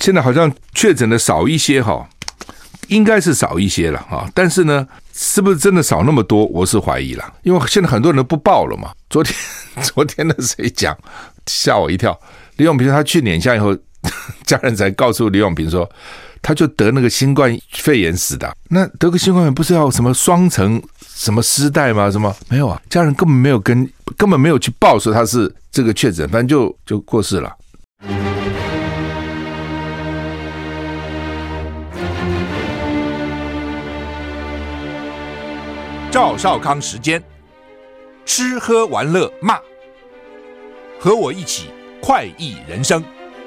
现在好像确诊的少一些哈，应该是少一些了哈，但是呢，是不是真的少那么多？我是怀疑了，因为现在很多人都不报了嘛。昨天的谁讲，吓我一跳。李永平他去年下以后，家人才告诉李永平说，他就得那个新冠肺炎死的。那得个新冠肺炎不是要什么双层什么丝带吗？什么没有啊？家人根本没有去报说他是这个确诊，反正就过世了。 赵少康时间，吃喝玩乐骂，和我一起快意人生。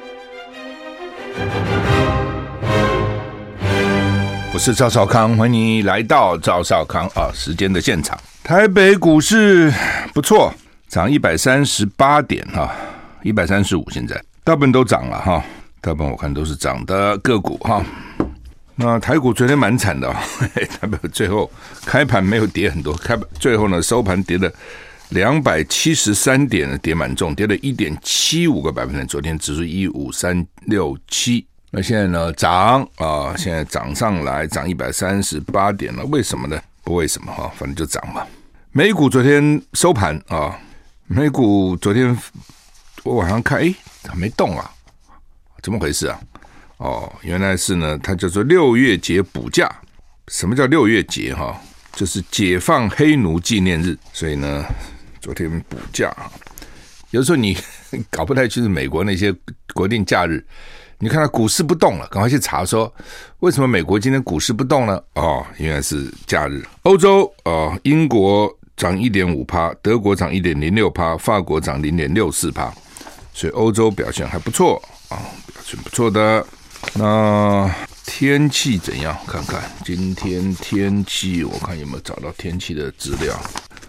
我是赵少康，欢迎你来到赵少康时间的现场。台北股市不错，涨138点135，现在大部分都涨了哈，大部分我看都是涨的个股哈。那台股昨天蛮惨的台北最后开盘没有跌很多，最后呢收盘跌了273点，跌蛮重，跌了 1.75个百分点。昨天指数15367，那现在呢涨现在涨上来，涨138点了，为什么呢？不为什么反正就涨嘛。美股昨天收盘美股昨天我晚上看它没动啊，怎么回事啊？原来是呢，它叫做6月节补假。什么叫6月节就是解放黑奴纪念日，所以呢昨天补假有时候你搞不太清楚美国那些国定假日，你看它股市不动了，赶快去查说为什么美国今天股市不动呢？原来是假日。欧洲英国涨 1.5%， 德国涨 1.06%， 法国涨 0.64%， 所以欧洲表现还不错表现不错的。那天气怎样？看看今天天气，我看有没有找到天气的资料。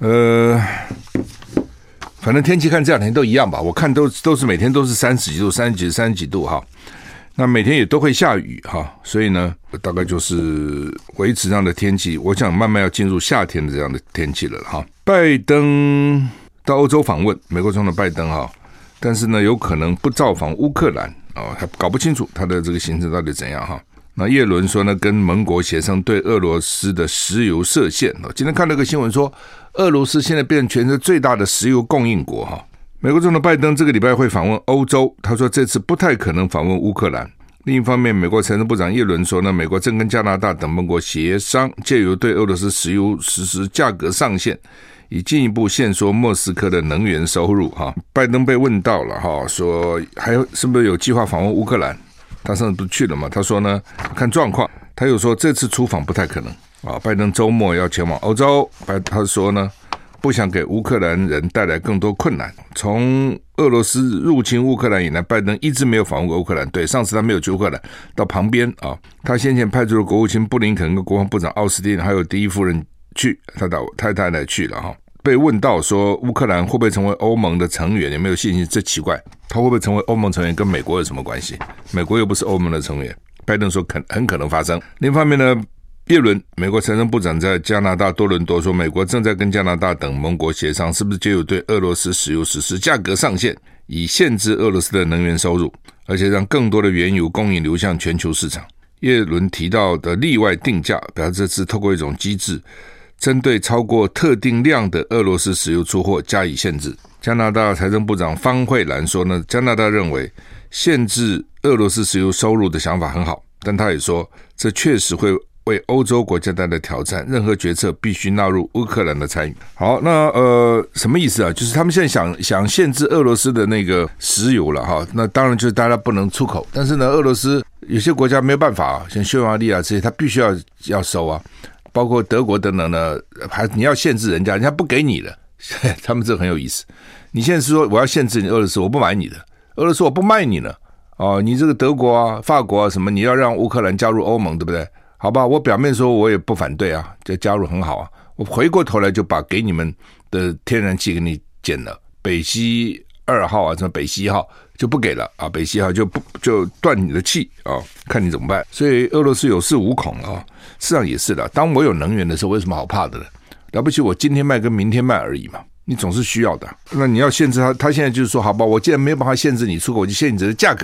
反正天气看这两天都一样吧，我看都是每天都是30几度、30几度哈。那每天也都会下雨哈，所以呢，大概就是维持这样的天气。我想慢慢要进入夏天的这样的天气了哈。拜登到欧洲访问，美国总统拜登但是呢，有可能不造访乌克兰还搞不清楚他的这个行程到底怎样哈。那叶伦说呢，跟盟国协商对俄罗斯的石油设限。今天看了个新闻说，俄罗斯现在变成全世界最大的石油供应国哈。美国总统拜登这个礼拜会访问欧洲，他说这次不太可能访问乌克兰。另一方面，美国财政部长叶伦说呢，美国正跟加拿大等盟国协商，借由对俄罗斯石油实施价格上限，以进一步限缩莫斯科的能源收入哈。拜登被问到了说还是不是有计划访问乌克兰？他上次不去了嘛？他说呢，看状况。他又说这次出访不太可能拜登周末要前往欧洲。他说呢，不想给乌克兰人带来更多困难。从俄罗斯入侵乌克兰以来，拜登一直没有访问过乌克兰。对，上次他没有去乌克兰，到旁边他先前派出了国务卿布林肯跟国防部长奥斯汀，还有第一夫人去，他的太太来去了被问到说乌克兰会不会成为欧盟的成员，有没有信心？这奇怪，他会不会成为欧盟成员跟美国有什么关系？美国又不是欧盟的成员。拜登说很可能发生。另一方面呢，叶伦美国财政部长在加拿大多伦多说，美国正在跟加拿大等盟国协商，是不是就有对俄罗斯石油实施价格上限，以限制俄罗斯的能源收入，而且让更多的原油供应流向全球市场。叶伦提到的例外定价，表示这次透过一种机制，针对超过特定量的俄罗斯石油出货加以限制。加拿大财政部长方慧兰说呢，加拿大认为限制俄罗斯石油收入的想法很好，但他也说这确实会为欧洲国家带来挑战，任何决策必须纳入乌克兰的参与。好，那什么意思啊？就是他们现在想限制俄罗斯的那个石油了哈。那当然就是大家不能出口，但是呢，俄罗斯有些国家没有办法像匈牙利这些，他必须要收包括德国等等呢，你要限制人家不给你了。他们这很有意思。你现在是说我要限制你俄罗斯，我不买你的，俄罗斯我不卖你呢。你这个德国法国什么，你要让乌克兰加入欧盟，对不对？好吧，我表面说我也不反对就加入很好我回过头来就把给你们的天然气给你减了，北溪2号什么北溪号就不给了北溪号就断你的气看你怎么办。所以俄罗斯有恃无恐事实上也是的，当我有能源的时候，我有什么好怕的呢？了不起我今天卖跟明天卖而已嘛，你总是需要的。那你要限制他现在就是说，好吧，我既然没有办法限制你出口，我就限制你的价格，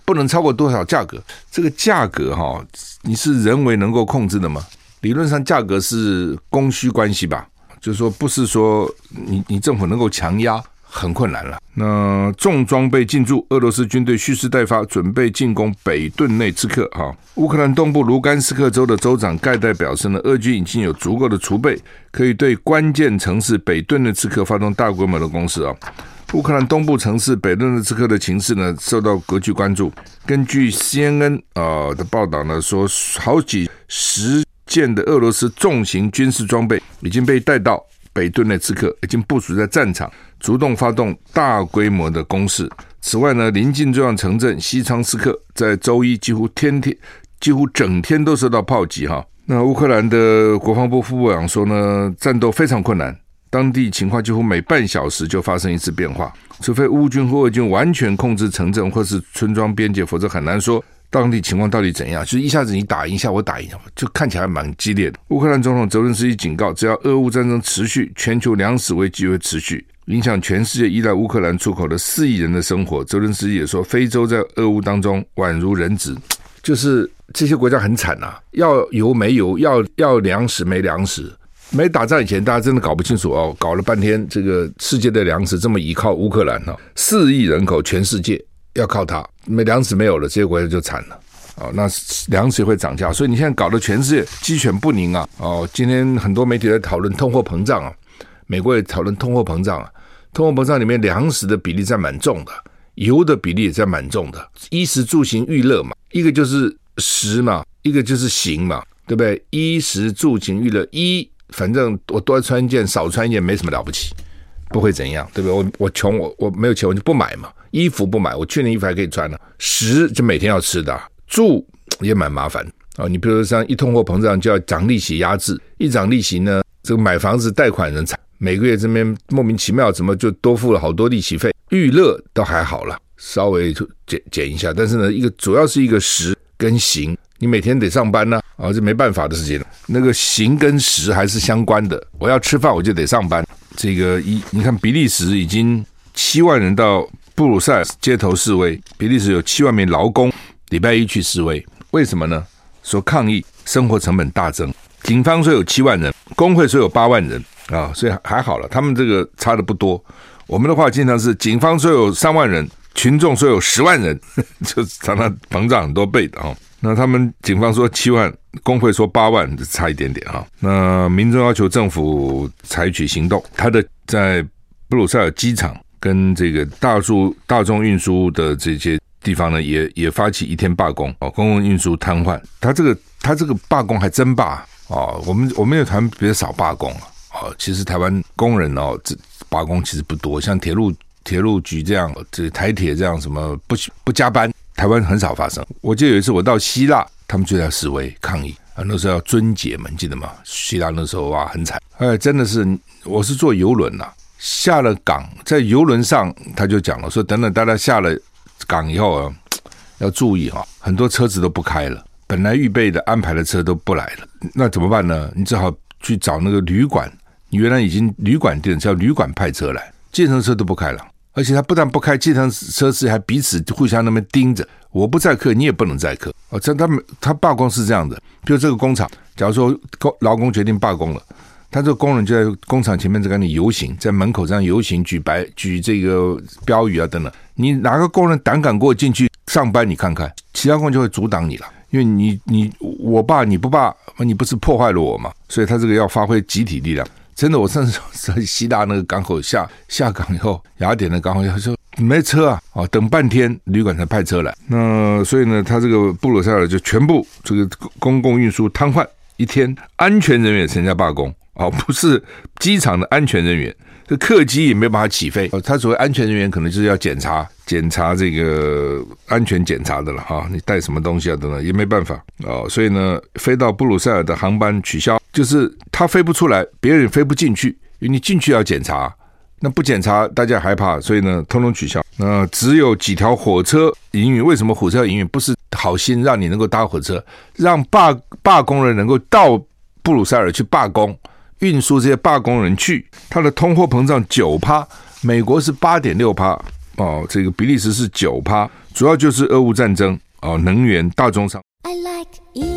不能超过多少价格。这个价格你是人为能够控制的吗？理论上价格是供需关系吧，就是说不是说你政府能够强压，很困难了。那重装备进驻，俄罗斯军队蓄势待发，准备进攻北顿内茨克。乌克兰东部卢甘斯克州的州长盖代表示呢，俄军已经有足够的储备，可以对关键城市北顿内茨克发动大规模的攻势啊。乌克兰东部城市北顿内茨克的情势呢，受到国际关注。根据 CNN 的报道呢，说好几十件的俄罗斯重型军事装备已经被带到北顿内茨克，已经部署在战场，主动发动大规模的攻势。此外呢，邻近重要城镇西昌斯克在周一几乎整天都受到炮击哈。那乌克兰的国防部副部长说呢，战斗非常困难，当地情况几乎每半小时就发生一次变化，除非乌军或俄军完全控制城镇或是村庄边界，否则很难说当地情况到底怎样。就是一下子你打赢一下我打赢，就看起来蛮激烈的。乌克兰总统泽伦斯基警告，只要俄乌战争持续，全球粮食危机会持续，影响全世界依赖乌克兰出口的4亿人的生活。泽伦斯基也说，非洲在俄乌当中宛如人质，就是这些国家很惨啊，要油没油，要粮食没粮食。没打仗以前，大家真的搞不清楚搞了半天，这个世界的粮食这么依靠乌克兰4亿人口，全世界要靠它，粮食没有了，这些国家就惨了。那粮食也会涨价，所以你现在搞得全世界鸡犬不宁啊！今天很多媒体在讨论通货膨胀啊，美国也讨论通货膨胀啊。通货膨胀里面粮食的比例占蛮重的，油的比例也占蛮重的，衣食住行娱乐嘛，一个就是食嘛，一个就是行嘛，对不对？衣食住行娱乐，反正我多穿一件少穿一件没什么了不起，不会怎样，对不对？我穷，我没有钱我就不买嘛，衣服不买，我去年衣服还可以穿了。食就每天要吃的，住也蛮麻烦你比如说像一通货膨胀就要涨利息压制，一涨利息呢，这个买房子贷款人每个月这边莫名其妙怎么就多付了好多利息费。娱乐倒还好了，稍微减一下，但是呢，主要是一个食跟行，你每天得上班呢这没办法的事情。那个行跟食还是相关的，我要吃饭我就得上班。这个你看比利时已经7万人到布鲁塞尔街头示威，比利时有7万名劳工礼拜一去示威，为什么呢？说抗议生活成本大增，警方说有7万人，工会说有8万人所以还好了，他们这个差的不多。我们的话经常是警方说有3万人，群众说有10万人，就常常膨胀很多倍的那他们警方说7万，工会说8万，差一点点那民众要求政府采取行动，他的在布鲁塞尔机场跟这个大众运输的这些地方呢，也发起1天罢工公共运输瘫痪。他这个罢工还真罢我们有台湾比较少罢工其实台湾工人这罢工其实不多，像铁路局这样，这台铁这样什么不加班，台湾很少发生。我记得有一次我到希腊，他们就在示威抗议那时候要遵节嘛，你记得吗？希腊那时候很惨真的是，我是坐邮轮下了港，在邮轮上他就讲了，说等等大家下了港以后要注意很多车子都不开了，本来预备的安排的车都不来了，那怎么办呢？你只好去找那个旅馆，你原来已经旅馆店叫旅馆派车来，计程车都不开了，而且他不但不开，计程车司还彼此互相那边盯着，我不载客你也不能载客他罢工是这样的。比如这个工厂，假如说劳工决定罢工了，他这个工人就在工厂前面在跟你游行，在门口这样游行，举这个标语等等，你哪个工人胆敢过进去上班，你看看其他工人就会阻挡你了，因为我罢你不罢，你不是破坏了我吗？所以他这个要发挥集体力量。真的，我上次在希腊那个港口下港以后，雅典的港口说没车等半天旅馆才派车来。那所以呢，他这个布鲁塞尔就全部这个公共运输瘫痪1天，安全人员参加罢工不是机场的安全人员，这客机也没办法起飞他所谓安全人员可能就是要检查这个安全检查的了你带什么东西等等也没办法所以呢，飞到布鲁塞尔的航班取消，就是他飞不出来，别人飞不进去，因为你进去要检查，那不检查大家害怕，所以呢通通取消。那只有几条火车营运，为什么火车要营运？不是好心让你能够搭火车，让罢工人能够到布鲁塞尔去罢工，运输这些罢工人去。它的通货膨胀 9%， 美国是 8.6%， 这个比利时是 9%， 主要就是俄乌战争能源、大宗商。I like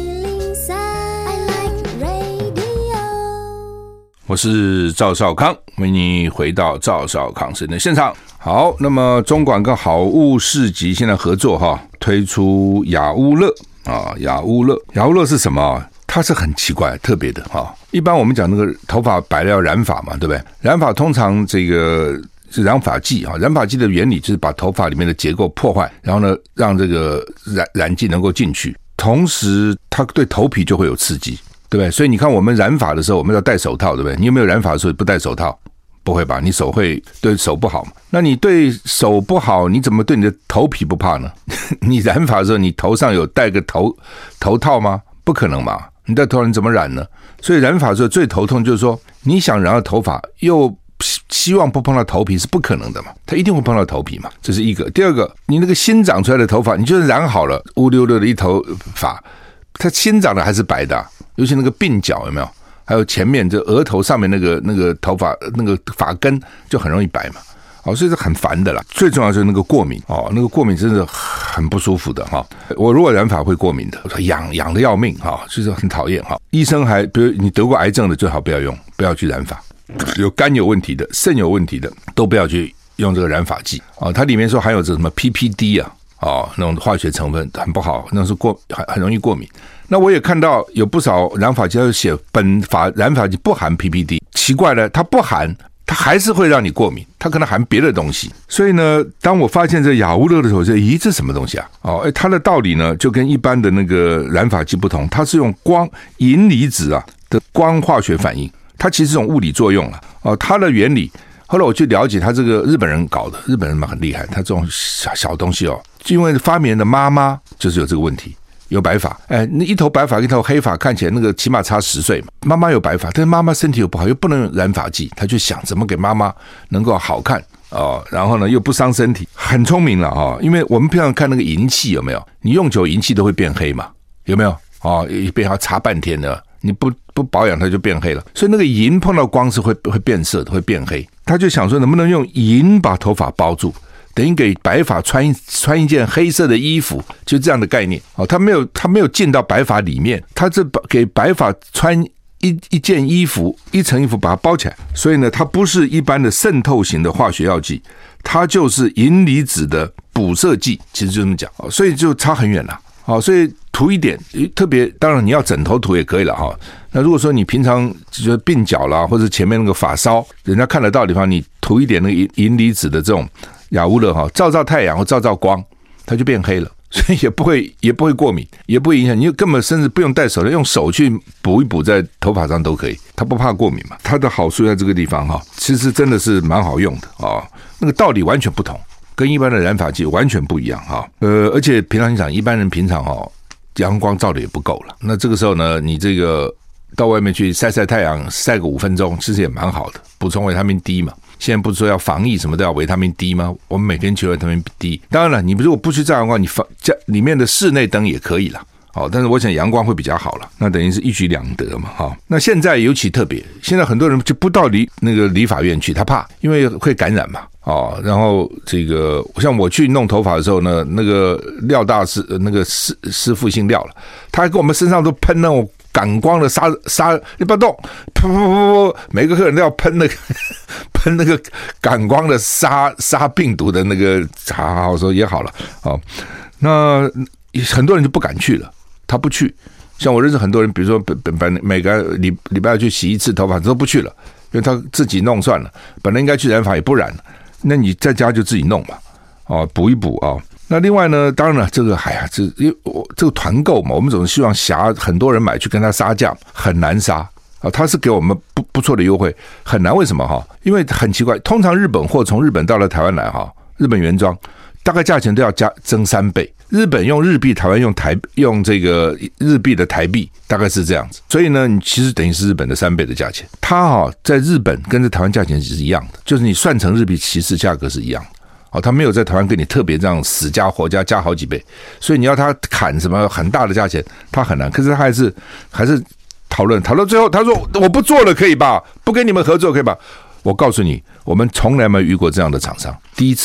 103, I like radio。 我是赵少康，欢迎你回到赵少康时的现场。好，那么中广跟好物市集现在合作推出雅乌乐雅乌乐是什么？它是很奇怪特别的一般我们讲那个头发白了要染发嘛，对不对？染发通常这个是染发剂染发剂的原理就是把头发里面的结构破坏，然后呢让这个染剂能够进去，同时它对头皮就会有刺激，对不对？所以你看我们染发的时候我们要戴手套，对不对？你有没有染发的时候不戴手套？不会吧，你手会对手不好嘛？那你对手不好，你怎么对你的头皮不怕呢？你染发的时候你头上有戴个头套吗？不可能嘛，你戴头套你怎么染呢？所以染发的时候最头痛就是说你想染到头发又希望不碰到头皮是不可能的嘛，它一定会碰到头皮嘛，这是一个。第二个，你那个新长出来的头发，你就是染好了乌溜溜的一头发，它新长的还是白的尤其那个鬓角有没有？还有前面这额头上面那个头发那个发根就很容易白嘛，所以是很烦的啦。最重要就是那个过敏那个过敏真的很不舒服的我如果染发会过敏的，痒的要命就是很讨厌医生还比如你得过癌症的最好不要去染发，有肝有问题的、肾有问题的都不要去用这个染发剂它里面说含有这什么 PPD 那种化学成分很不好，那是很容易过敏。那我也看到有不少染发剂它写本染发剂不含 PPD， 奇怪了，它不含，它还是会让你过敏，它可能含别的东西。所以呢，当我发现这雅乌乐的时候，我就这什么东西它的道理呢就跟一般的那个染发剂不同，它是用银离子的光化学反应，它其实是种物理作用它的原理。后来我去了解他这个日本人搞的，日本人很厉害，他这种小东西因为发明人的妈妈就是有这个问题，有白发，那一头白发一头黑发看起来那个起码差10岁嘛。妈妈有白发，但是妈妈身体又不好，又不能用染发剂，他就想怎么给妈妈能够好看然后呢又不伤身体，很聪明了因为我们平常看那个银器有没有？你用久银器都会变黑嘛，有没有变要擦半天的。你不保养它就变黑了，所以那个银碰到光是会变色的，会变黑。他就想说能不能用银把头发包住，等于给白发穿一件黑色的衣服，就这样的概念他没有进到白发里面，他是给白发穿一件衣服，一层衣服把它包起来。所以呢，它不是一般的渗透型的化学药剂，它就是银离子的补色剂，其实就这么讲所以就差很远了所以涂一点，特别当然你要枕头涂也可以了那如果说你平常就是鬓角啦，或者前面那个发梢，人家看得到的地方，你涂一点那个银离子的这种雅乌乐照太阳或照光，它就变黑了，所以也不会过敏，也不会影响，你根本甚至不用戴手套，用手去补一补在头发上都可以，它不怕过敏嘛。它的好处在这个地方其实真的是蛮好用的那个道理完全不同。跟一般的染发剂完全不一样而且平常你想，一般人平常阳光照的也不够了，那这个时候呢，你这个到外面去晒晒太阳，晒个5分钟，其实也蛮好的，补充维他命 D 嘛。现在不是说要防疫什么都要维他命 D 吗？我们每天求维他命 D。当然了，你如果不去照阳光，你家里面的室内灯也可以了但是我想阳光会比较好了，那等于是一举两得嘛那现在尤其特别，现在很多人就不到那个理发院去，他怕，因为会感染嘛然后这个像我去弄头发的时候呢，那个廖大师那个师傅姓廖了，他还给我们身上都喷那种感光的杀，你不要动，噗，每个客人都要喷那个感光的杀病毒的那个，好说也好了那很多人就不敢去了，他不去。像我认识很多人，比如说每个礼拜要去洗一次头发都不去了，因为他自己弄算了，本来应该去染发也不染了，那你在家就自己弄嘛补一补那另外呢，当然了，这个这个团购嘛，我们总是希望很多人买去跟他杀价，很难杀他是给我们不错的优惠，很难。为什么因为很奇怪，通常日本货从日本到了台湾来日本原装大概价钱都要增3倍。日本用日币，台湾用这个日币的台币，大概是这样子。所以呢，你其实等于是日本的3倍的价钱。它在日本跟在台湾价钱是一样的，就是你算成日币，其实价格是一样的。它没有在台湾跟你特别这样死加活加好几倍，所以你要他砍什么很大的价钱，他很难。可是他还是讨论最后，他说我不做了可以吧？不跟你们合作可以吧？我告诉你，我们从来没有遇过这样的厂商，第一次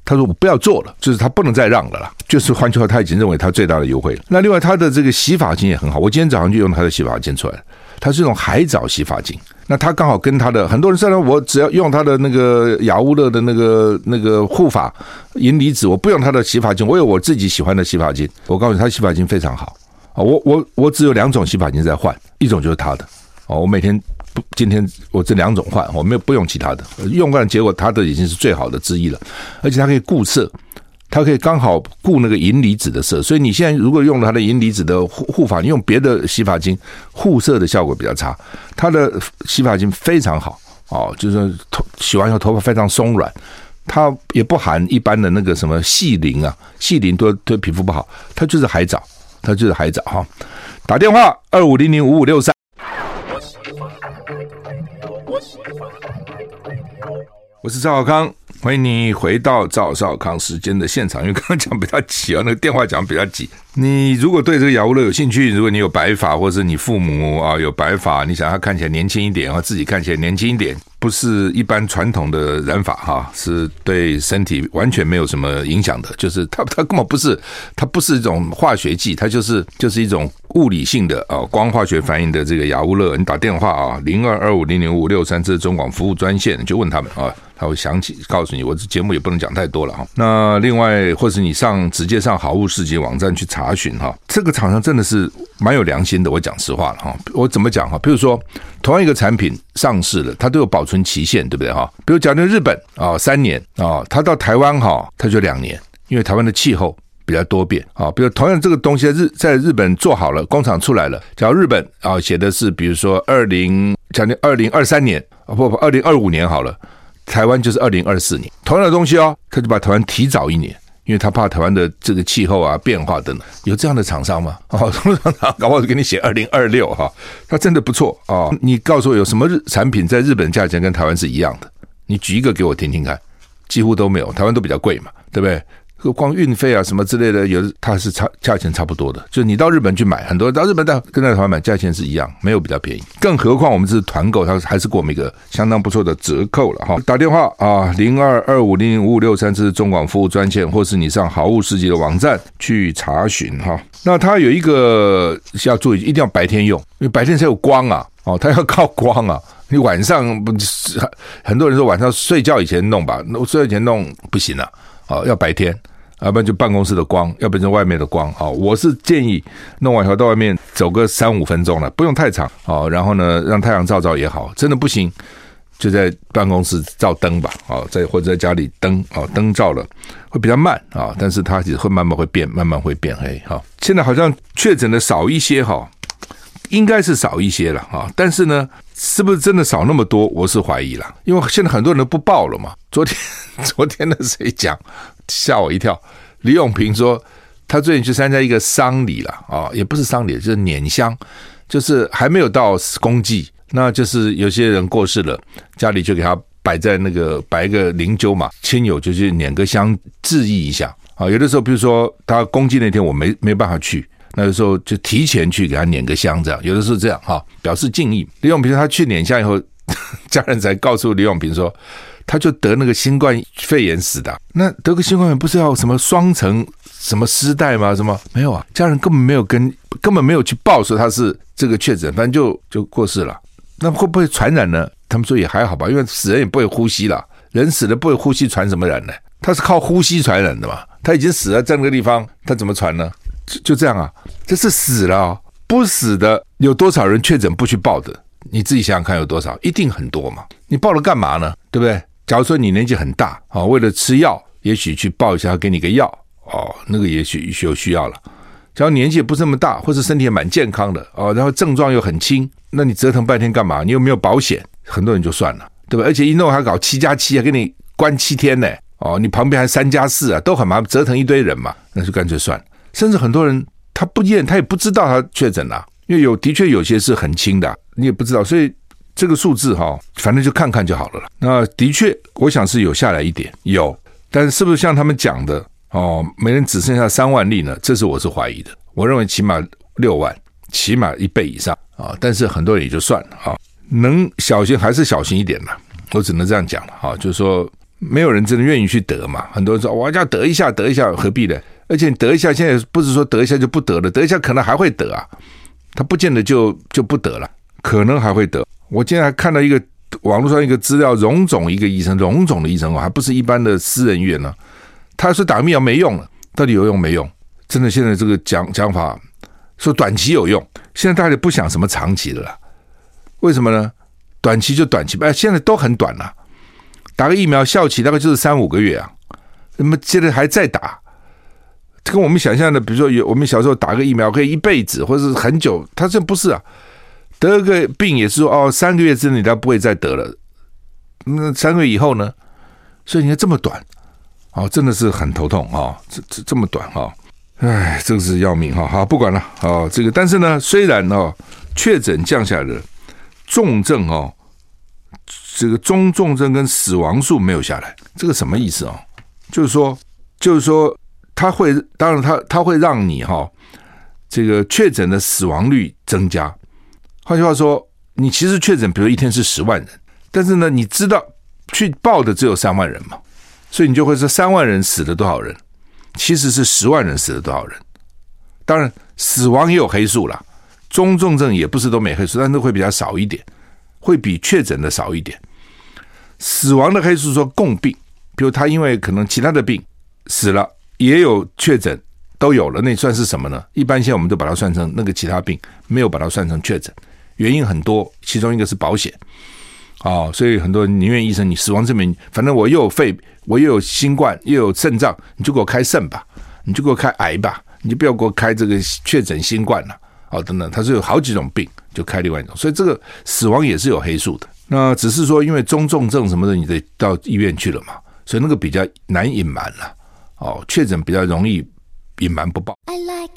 他说我不要做了，就是他不能再让了啦，就是换句话他已经认为他最大的优惠了。那另外他的这个洗发精也很好，我今天早上就用他的洗发精出来了，它是用海藻洗发精。那他刚好跟他的很多人说，我只要用他的那个雅乌乐的那个护发银离子，我不用他的洗发精，我有我自己喜欢的洗发精。我告诉你，他洗发精非常好。我只有2种洗发精在换，一种就是他的。我每天今天我这2种换，我不用其他的，用完结果他的已经是最好的之一了，而且它可以固色。它可以刚好固那个银离子的色，所以你现在如果用了它的银离子的护发，你用别的洗发精护色的效果比较差。它的洗发精非常好就是洗完以后头发非常松软，它也不含一般的那个什么细磷啊，细磷对皮肤不好，它就是海藻，哈。打电话25005563。我是赵少康，欢迎你回到赵少康时间的现场。因为刚刚讲比较急那个电话讲比较急。你如果对这个雅乌乐有兴趣，如果你有白发，或者是你父母有白发，你想要看起来年轻一点，自己看起来年轻一点，不是一般传统的染发是对身体完全没有什么影响的。就是它根本不是，它不是一种化学剂，它就是一种物理性的光化学反应的这个雅乌乐。你打电话0225005563，这是中广服务专线，你就问他们他会详细告诉你。我这节目也不能讲太多了那另外，或是你直接上好物市集网站去查询这个厂商真的是蛮有良心的。我讲实话了我怎么讲比如说同样一个产品上市了，它都有保存期限，对不对比如假如日本3年它到台湾它就2年，因为台湾的气候比较多变比如同样这个东西在日本做好了，工厂出来了，假如日本写的是比如说2023年2025年好了，台湾就是2024年，同样的东西他就把台湾提早1年，因为他怕台湾的这个气候变化等等。有这样的厂商吗？搞不好就给你写2026他真的不错你告诉我有什么产品在日本价钱跟台湾是一样的？你举一个给我听听看。几乎都没有，台湾都比较贵嘛，对不对？光运费什么之类的，有的它是价钱差不多的。就是你到日本去买，很多到日本跟在台湾买价钱是一样，没有比较便宜。更何况我们这是团购，它还是给我们一个相当不错的折扣了打电话0225005563，这是中广服务专线，或是你上好物市集的网站去查询那它有一个要注意，一定要白天用，因为白天才有光它要靠光你晚上很多人说晚上睡觉以前弄吧，睡觉以前弄不行要白天，要不然就办公室的光，要不然就外面的光我是建议弄完以后到外面走个3-5分钟了，不用太长然后呢让太阳照照也好，真的不行就在办公室照灯吧或者在家里灯照了会比较慢但是它会慢慢会变黑现在好像确诊的少一些应该是少一些了但是呢是不是真的少那么多，我是怀疑了，因为现在很多人都不报了嘛。昨天的谁讲吓我一跳，李永平说他最近去参加一个丧礼了也不是丧礼，就是碾香，就是还没有到公祭，那就是有些人过世了，家里就给他摆一个灵柩嘛，亲友就去碾个香致意一下有的时候比如说他公祭那天我没办法去，那个时候就提前去给他碾个香，这样有的时候这样表示敬意。李永平他去碾香以后，家人才告诉李永平说，他就得那个新冠肺炎死的。那得个新冠肺炎不是要什么双层什么丝带吗？什么没有家人根本没有去报说他是这个确诊，反正就过世了。那会不会传染呢？他们说也还好吧，因为死人也不会呼吸了，人死了不会呼吸，传什么染呢？他是靠呼吸传染的嘛，他已经死了在那个地方，他怎么传呢？就这样这是死了不死的有多少人确诊不去报的？你自己想想看有多少，一定很多嘛。你报了干嘛呢？对不对？假如说你年纪很大为了吃药，也许去报一下给你个药那个也许有需要了。假如年纪也不是那么大，或是身体也蛮健康的然后症状又很轻，那你折腾半天干嘛？你有没有保险？很多人就算了，对吧？而且一弄还搞7+7还给你关7天呢你旁边还3+4都很麻烦，折腾一堆人嘛，那就干脆算了。甚至很多人他不验，他也不知道他确诊了，因为的确有些是很轻的，你也不知道，所以这个数字反正就看看就好了啦。那的确我想是有下来一点，有，但是不是像他们讲的每人只剩下3万例呢？这是我是怀疑的。我认为起码6万，起码1倍以上但是很多人也就算了能小心还是小心一点啦，我只能这样讲了就是说没有人真的愿意去得嘛。很多人说我要得一下，得一下何必呢？而且你得一下，现在不是说得一下就不得了，得一下可能还会得啊，他不见得就不得了，可能还会得。我今天还看到一个网络上一个资料，荣总一个医生，荣总的医生还不是一般的私人医院呢，他说打疫苗没用了，到底有用没用？真的现在这个讲法说短期有用，现在大家也不想什么长期的了，为什么呢？短期就短期，现在都很短了，打个疫苗效期大概就是3-5个月啊，那么接着还在打，跟我们想象的，比如说我们小时候打个疫苗可以一辈子或者是很久，他这不是啊，得个病也是说3个月之内他不会再得了，那3个月以后呢？所以你看这么短，真的是很头痛这么短哎，这个是要命好，不管了这个，但是呢，虽然确诊降下来了，重症这个中重症跟死亡数没有下来，这个什么意思就是说它会，当然它会让你这个确诊的死亡率增加。换句话说，你其实确诊，比如一天是10万人，但是呢，你知道去报的只有3万人嘛，所以你就会说3万人死了多少人，其实是10万人死了多少人。当然，死亡也有黑数啦，中重症也不是都没黑数，但是会比较少一点，会比确诊的少一点。死亡的黑数说共病，比如他因为可能其他的病死了，也有确诊，都有了，那算是什么呢？一般现在我们都把它算成那个其他病，没有把它算成确诊。原因很多，其中一个是保险所以很多人宁愿医生你死亡证明，反正我又有肺，我又有新冠，又有肾脏，你就给我开肾吧，你就给我开癌吧，你就不要给我开这个确诊新冠了等等，它是有好几种病，就开另外一种，所以这个死亡也是有黑数的。那只是说因为中重症什么的，你得到医院去了嘛，所以那个比较难隐瞒了确诊比较容易隐瞒不报。I like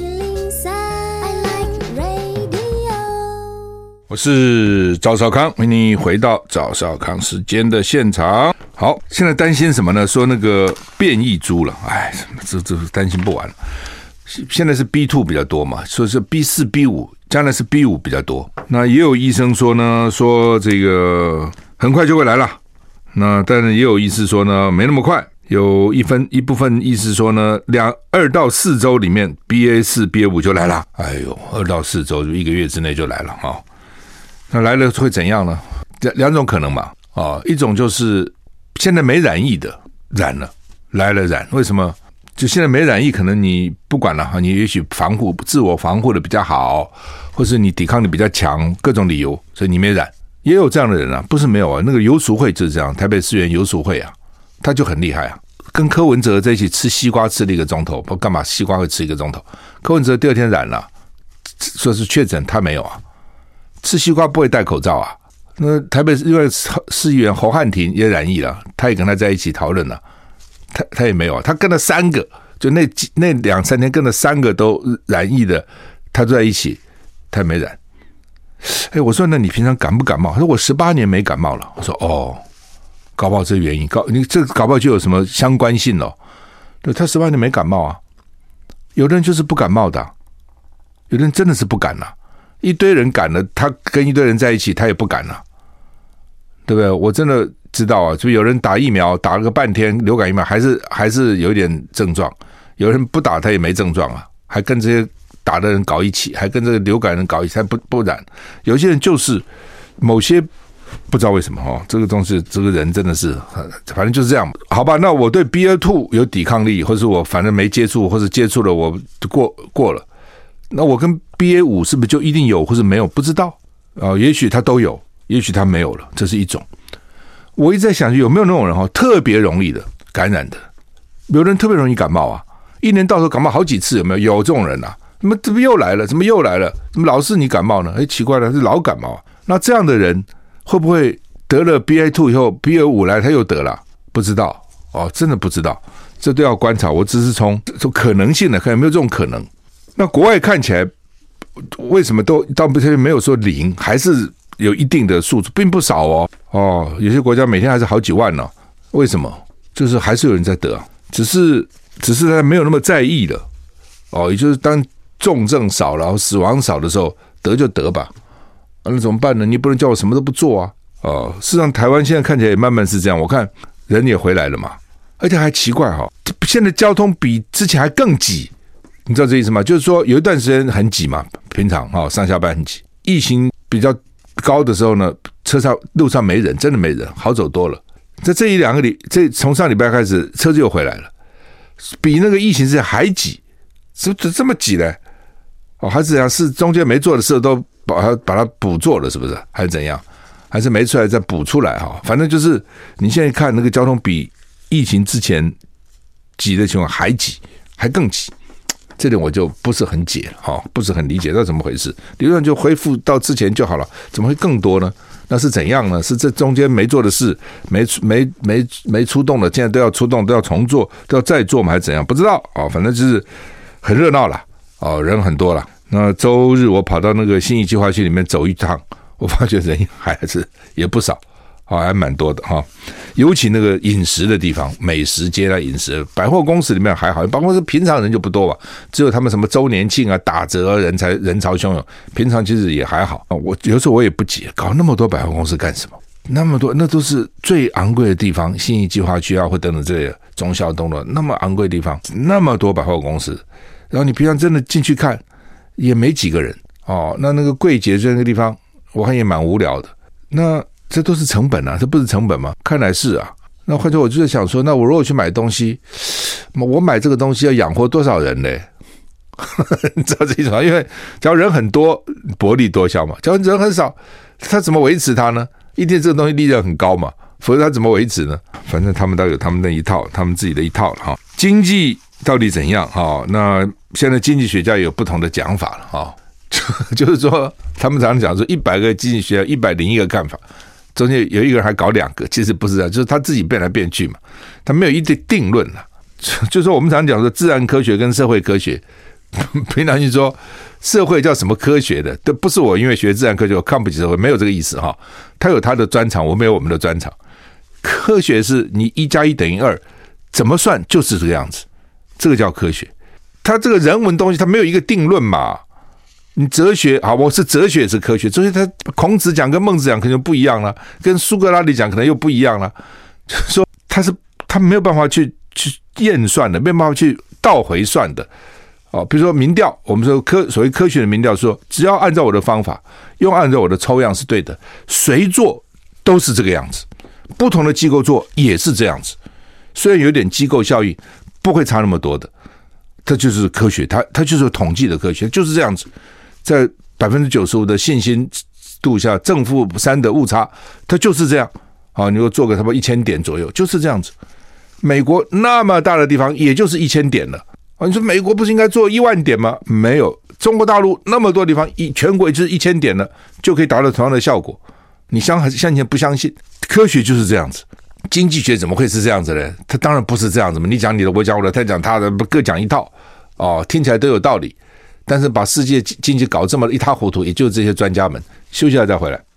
103, I like radio。 我是赵少康，欢迎你回到赵少康时间的现场。好，现在担心什么呢？说那个变异株了，这担心不完了。现在是 B2 比较多嘛，说是 B4 B5， 将来是 B5 比较多。那也有医生说呢，说这个很快就会来了，那但是也有医师说呢没那么快，有一部分医师说呢2到4周里面 BA4 BA5 就来了。2到4周就1个月之内就来了那来了会怎样呢？两种可能嘛一种就是现在没染疫的染了，来了染，为什么？就现在没染疫，可能你不管了你也许自我防护的比较好，或是你抵抗力比较强，各种理由，所以你没染。也有这样的人不是没有那个游淑慧就是这样，台北市议员游淑慧他就很厉害跟柯文哲在一起吃西瓜吃了1个钟头，不干嘛西瓜会吃1个钟头？柯文哲第2天染了，说是确诊，他没有吃西瓜不会戴口罩那台北因为市议员侯汉廷也染疫了，他也跟他在一起讨论了，他也没有他跟了3个，就那2-3天跟了3个都染疫的，他都在一起，他也没染。我说那你平常感不感冒？他说我18年没感冒了。我说搞不好这原因，你这搞不好就有什么相关性对，他18年没感冒有的人就是不感冒的有的人真的是不敢一堆人感了，他跟一堆人在一起他也不敢对不对？我真的知道就有人打疫苗打了个半天流感疫苗还是有一点症状，有人不打他也没症状还跟这些打的人搞一起，还跟这个流感人搞一起，还不染。有些人就是某些不知道为什么这个东西，这个人真的是反正就是这样。好吧，那我对 BA2 有抵抗力，或是我反正没接触，或是接触了我过了，那我跟 BA5 是不是就一定有或是没有？不知道也许他都有，也许他没有了，这是一种。我一直在想有没有那种人特别容易的感染的，有人特别容易感冒一年到头感冒好几次，有没有？有这种人怎么又来了？怎么老是你感冒呢？奇怪了，是老感冒那这样的人会不会得了 BA2 以后 BA5 来他又得了？不知道真的不知道，这都要观察。我只是从可能性的看有没有这种可能。那国外看起来为什么都到没有说0，还是有一定的数字，并不少有些国家每天还是好几万呢。为什么？就是还是有人在得只是他没有那么在意了也就是当重症少了死亡少的时候，得就得吧那怎么办呢？你不能叫我什么都不做事实上台湾现在看起来也慢慢是这样。我看人也回来了嘛，而且还奇怪现在交通比之前还更挤，你知道这意思吗？就是说有一段时间很挤嘛，平常上下班很挤，疫情比较高的时候呢，路上没人，真的没人，好走多了。在这1-2个从上礼拜开始，车子又回来了，比那个疫情之前还挤，这么挤嘞？还是怎样？是中间没做的事都把它补做了，是不是？还是怎样？还是没出来再补出来反正就是你现在看那个交通比疫情之前挤的情况还挤，还更挤。这点我就不是很解了不是很理解，那怎么回事？理论就恢复到之前就好了，怎么会更多呢？那是怎样呢？是这中间没做的事，没出动的，现在都要出动，都要重做，都要再做吗？还是怎样？不知道反正就是很热闹了人很多了。那周日我跑到那个信义计划区里面走一趟，我发觉人还是也不少还蛮多的尤其那个饮食的地方，美食街饮食，百货公司里面还好，百货公司平常人就不多吧，只有他们什么周年庆打折人潮汹涌，平常其实也还好我有时候我也不解，搞那么多百货公司干什么？那么多，那都是最昂贵的地方，信义计划区或等等这些忠孝东路那么昂贵的地方，那么多百货公司，然后你平常真的进去看也没几个人那个柜姐在那个地方我看也蛮无聊的。那这都是成本这不是成本吗？看来是那或者我就在想说，那我如果去买东西，我买这个东西要养活多少人呢？你知道这意思吗？因为假如人很多，薄利多销嘛，假如人很少，他怎么维持它呢？一定这个东西利润很高嘛，否则他怎么维持呢？反正他们都有他们的一套，他们自己的一套了经济到底怎样那现在经济学家也有不同的讲法了就是说他们常常讲说100个经济学家101个看法，中间有一个人还搞2个，其实不是这样，就是他自己变来变去嘛，他没有一定论就是说我们常讲说自然科学跟社会科学，平常就说社会叫什么科学的，都不是我因为学自然科学我看不起社会，没有这个意思他有他的专长，我没有我们的专长。科学是你1+1等于2，怎么算就是这个样子，这个叫科学。他这个人文东西他没有一个定论嘛。你哲学我是哲学也是科学，哲学他孔子讲跟孟子讲可能就不一样了，跟苏格拉底讲可能又不一样了，就是说他没有办法去验算的，没有办法去倒回算的比如说民调，我们说所谓科学的民调说，只要按照我的方法，按照我的抽样是对的，谁做都是这个样子，不同的机构做也是这样子，虽然有点机构效应，不会差那么多的，它就是科学，它就是统计的科学，就是这样子。在95%的信心度下，正负3的误差，它就是这样你如果做个差不多1000点左右，就是这样子。美国那么大的地方，也就是1000点了你说美国不是应该做10000点吗？没有，中国大陆那么多地方，全国就是1000点了，就可以达到同样的效果。你相信不相信？科学就是这样子。经济学怎么会是这样子呢？它当然不是这样子嘛。你讲你的，我讲我的，他讲他的，各讲一套听起来都有道理。但是把世界经济搞这么一塌糊涂，也就是这些专家们。休息了再回来。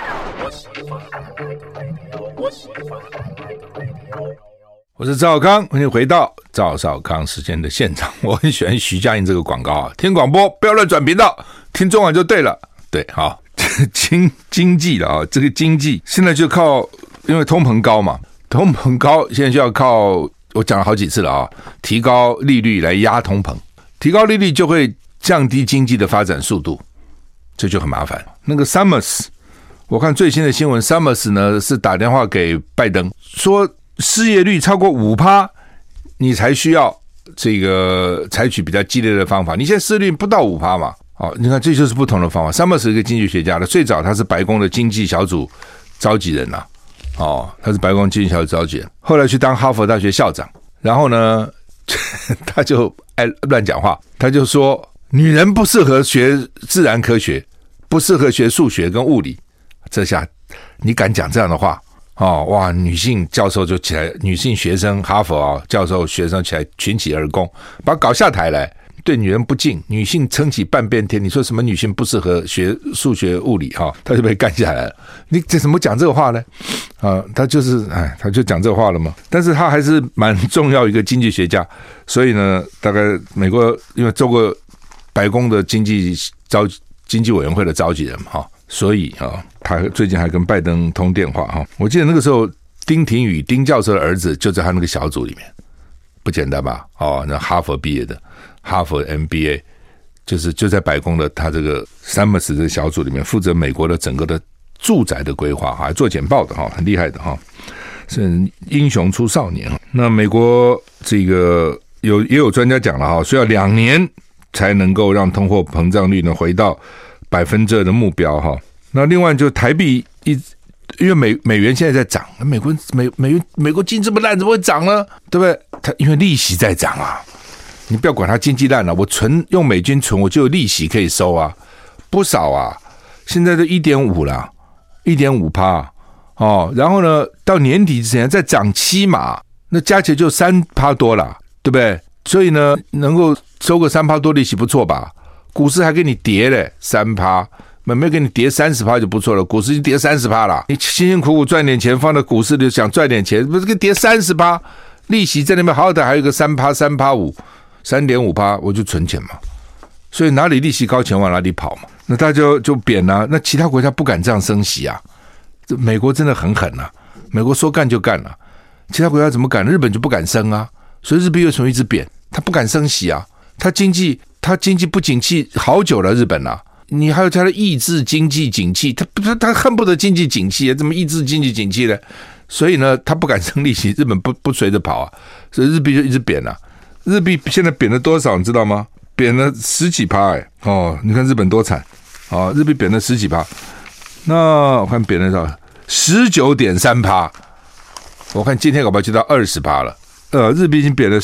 我是赵少康，欢迎回到赵少康时间的现场。我很喜欢徐佳莹这个广告听广播不要乱转频道，听中文就对了。对，好，经济了这个经济现在就靠，因为通膨高嘛，通膨高，现在就要靠，我讲了好几次了提高利率来压通膨，提高利率就会降低经济的发展速度，这就很麻烦。那个 Summers， 我看最新的新闻 ，Summers 呢是打电话给拜登，说失业率超过 5%， 你才需要这个采取比较激烈的方法。你现在失业率不到 5% 嘛，你看这就是不同的方法。Summers 是一个经济学家的，最早他是白宫的经济小组召集人他是白宫经济小组召集人，后来去当哈佛大学校长，然后呢，他就爱乱讲话，他就说。女人不适合学自然科学，不适合学数学跟物理。这下你敢讲这样的话哇！女性教授就起来，女性学生哈佛教授学生起来群起而攻，把他搞下台来。对女人不敬，女性撑起半边天。你说什么女性不适合学数学物理他就被干下来了。你这怎么讲这个话呢？他就是他就讲这个话了嘛。但是他还是蛮重要一个经济学家，所以呢，大概美国因为做过白宫的经济委员会的召集人所以他最近还跟拜登通电话我记得那个时候丁廷宇丁教授的儿子就在他那个小组里面，不简单吧？那哈佛毕业的，哈佛 MBA， 就在白宫的他这个 Summers 这个小组里面，负责美国的整个的住宅的规划，还做简报的很厉害的是英雄出少年。那美国这个也有专家讲了需要2年才能够让通货膨胀率呢回到2%的目标那另外就台币因为美元现在在涨，美国经济这么烂怎么会涨呢？对不对？它因为利息在涨啊，你不要管它经济烂了，我用美金存我就有利息可以收啊，不少啊，现在都 1.5 了 1.5% 然后呢到年底之前再涨7码，那加起来就 3% 多了，对不对？所以呢能够收个 3% 多利息不错吧，股市还给你跌嘞 3%，没有给你跌 30% 就不错了，股市已经跌 30% 了，你辛辛苦苦赚点钱放在股市里想赚点钱，不是给跌 30%， 利息在那边好歹还有一个 3%、3.5%、3.5%， 我就存钱嘛。所以哪里利息高钱往哪里跑嘛，那大家就贬啊，那其他国家不敢这样升息啊，美国真的很狠啊，美国说干就干啊，其他国家怎么敢？日本就不敢升啊，所以日币为什么一直贬？他不敢升息啊，他经济不景气好久了，日本啊，你还有他的抑制经济景气，他恨不得经济景气，怎么抑制经济景气呢？所以呢，他不敢升利息，日本不随着跑啊，所以日币就一直贬啊。日币现在贬了多少，你知道吗？贬了10几%你看日本多惨日币贬了10几%，那我看贬了多少 19.3%， 我看今天搞不好就到20%了。日币已经贬了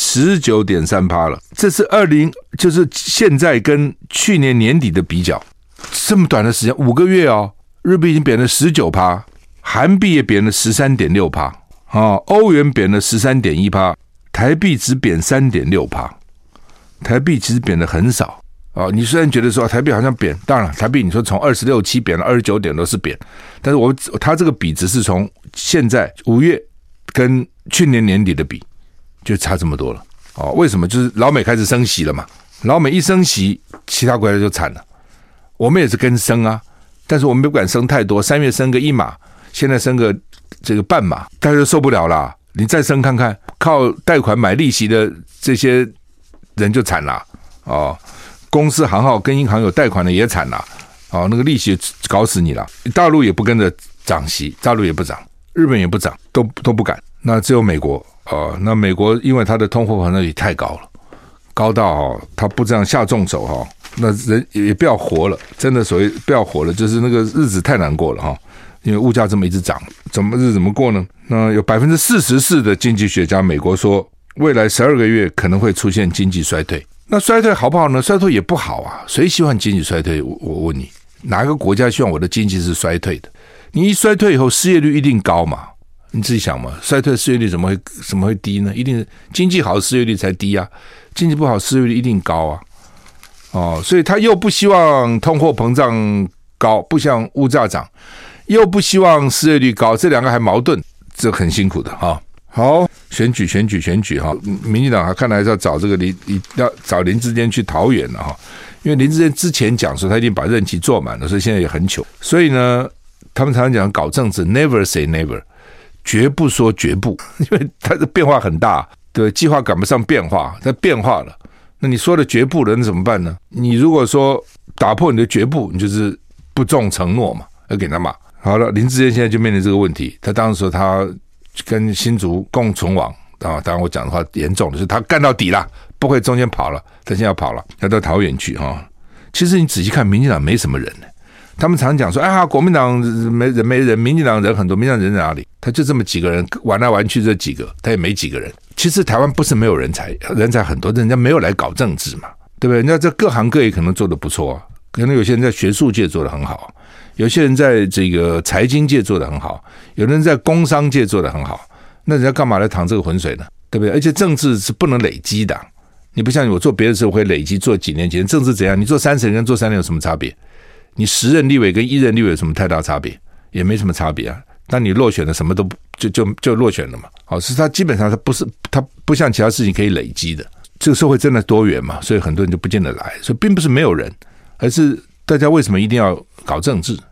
19.3% 了，这是就是现在跟去年年底的比较，这么短的时间5个月日币已经贬了 19%， 韩币也贬了 13.6%， 欧元贬了 13.1%， 台币只贬 3.6%， 台币其实贬得很少你虽然觉得说台币好像贬，当然台币你说从26、7贬到29点都是贬，但是它这个比只是从现在5月跟去年年底的比，就差这么多了为什么？就是老美开始升息了嘛，老美一升息，其他国家就惨了。我们也是跟升啊，但是我们不敢升太多，3月升个1码，现在升个这个半码，大家就受不了了。你再升看看，靠贷款买利息的这些人就惨了公司行号跟银行有贷款的也惨了那个利息搞死你了。大陆也不跟着涨息，大陆也不涨，日本也不涨，都不敢。那只有美国那美国因为它的通货膨胀率太高了，高到它不这样下重手那人也不要活了，真的所谓不要活了，就是那个日子太难过了因为物价这么一直涨，怎么过呢？那有 44% 的经济学家美国说未来12个月可能会出现经济衰退。那衰退好不好呢？衰退也不好啊，谁希望经济衰退？我问你，哪个国家希望我的经济是衰退的？你一衰退以后失业率一定高嘛，你自己想嘛，衰退失业率怎么会低呢？一定经济好失业率才低啊，经济不好失业率一定高啊所以他又不希望通货膨胀高，不像物价涨，又不希望失业率高，这两个还矛盾，这很辛苦的好，选举民进党还看来要找这个要找林智坚去桃园了因为林智坚之前讲说他已经把任期做满了，所以现在也很糗。所以呢，他们常常讲搞政治 never say never， 绝不说绝不，因为它的变化很大，对，计划赶不上变化，它变化了。那你说的绝不了，那怎么办呢？你如果说打破你的绝不，你就是不重承诺嘛，要给他骂。好了，林智坚现在就面临这个问题，他当时说他跟新竹共存亡当然我讲的话严重的是他干到底了，不会中间跑了，他现在要跑了，要到桃园去其实你仔细看，民进党没什么人呢。他们常讲说国民党没人，民进党人很多，民进党人在哪里？他就这么几个人，玩来玩去这几个，他也没几个人。其实台湾不是没有人才，人才很多，人家没有来搞政治嘛，对不对？人家在各行各业可能做得不错可能有些人在学术界做得很好，有些人在这个财经界做得很好，有人在工商界做得很好，那人家干嘛来淌这个浑水呢？对不对？而且政治是不能累积的，你不像我做别的事会累积，做几年前政治怎样？你做30年跟做3年有什么差别？你10任立委跟1任立委有什么太大差别？也没什么差别啊。当你落选了，什么都就落选了嘛。是他基本上他不像其他事情可以累积的。这个社会真的多元嘛，所以很多人就不见得来，所以并不是没有人，而是大家为什么一定要搞政治？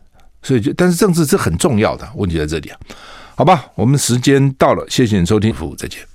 所以但是政治是很重要的，问题在这里啊。好吧，我们时间到了，谢谢你收听，再见。